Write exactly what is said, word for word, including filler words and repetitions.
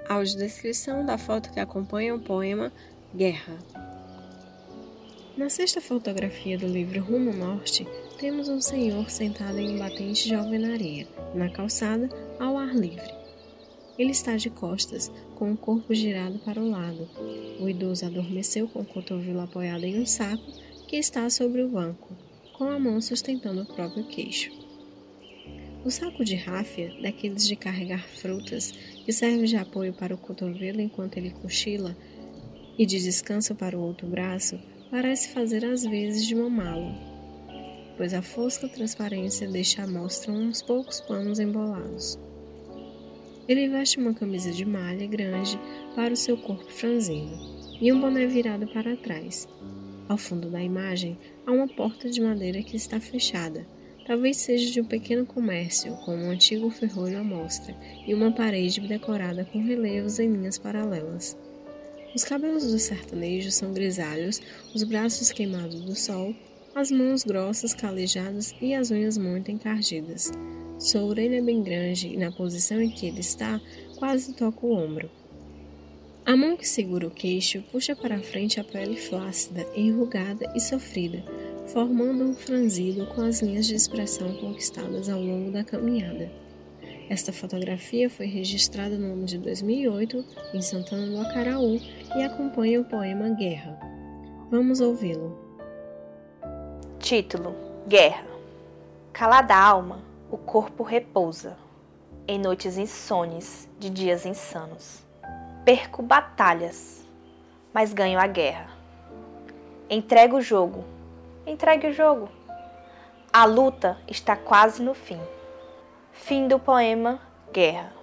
Audiodescrição da foto que acompanha o poema Guerra. Na sexta fotografia do livro Rumo Norte, temos um senhor sentado em um batente de alvenaria, na calçada, ao ar livre. Ele está de costas, com o corpo girado para o lado. O idoso adormeceu com o cotovelo apoiado em um saco que está sobre o banco, com a mão sustentando o próprio queixo. O saco de ráfia, daqueles de carregar frutas, que serve de apoio para o cotovelo enquanto ele cochila, e de descanso para o outro braço, parece fazer às vezes de mamá-lo, pois a fosca transparência deixa à mostra uns poucos panos embolados. Ele veste uma camisa de malha grande para o seu corpo franzino e um boné virado para trás. Ao fundo da imagem há uma porta de madeira que está fechada. Talvez seja de um pequeno comércio, com um antigo ferrolho à mostra e uma parede decorada com relevos em linhas paralelas. Os cabelos do sertanejo são grisalhos, os braços queimados do sol, as mãos grossas, calejadas e as unhas muito encardidas. Sua orelha é bem grande e, na posição em que ele está, quase toca o ombro. A mão que segura o queixo puxa para frente a pele flácida, enrugada e sofrida, formando um franzido com as linhas de expressão conquistadas ao longo da caminhada. Esta fotografia foi registrada no ano de dois mil e oito, em Santana do Acaraú, e acompanha o poema Guerra. Vamos ouvi-lo. Título: Guerra. Calada a alma, o corpo repousa, em noites insones de dias insanos. Perco batalhas, mas ganho a guerra. Entrego o jogo, entregue o jogo. A luta está quase no fim. Fim do poema Guerra.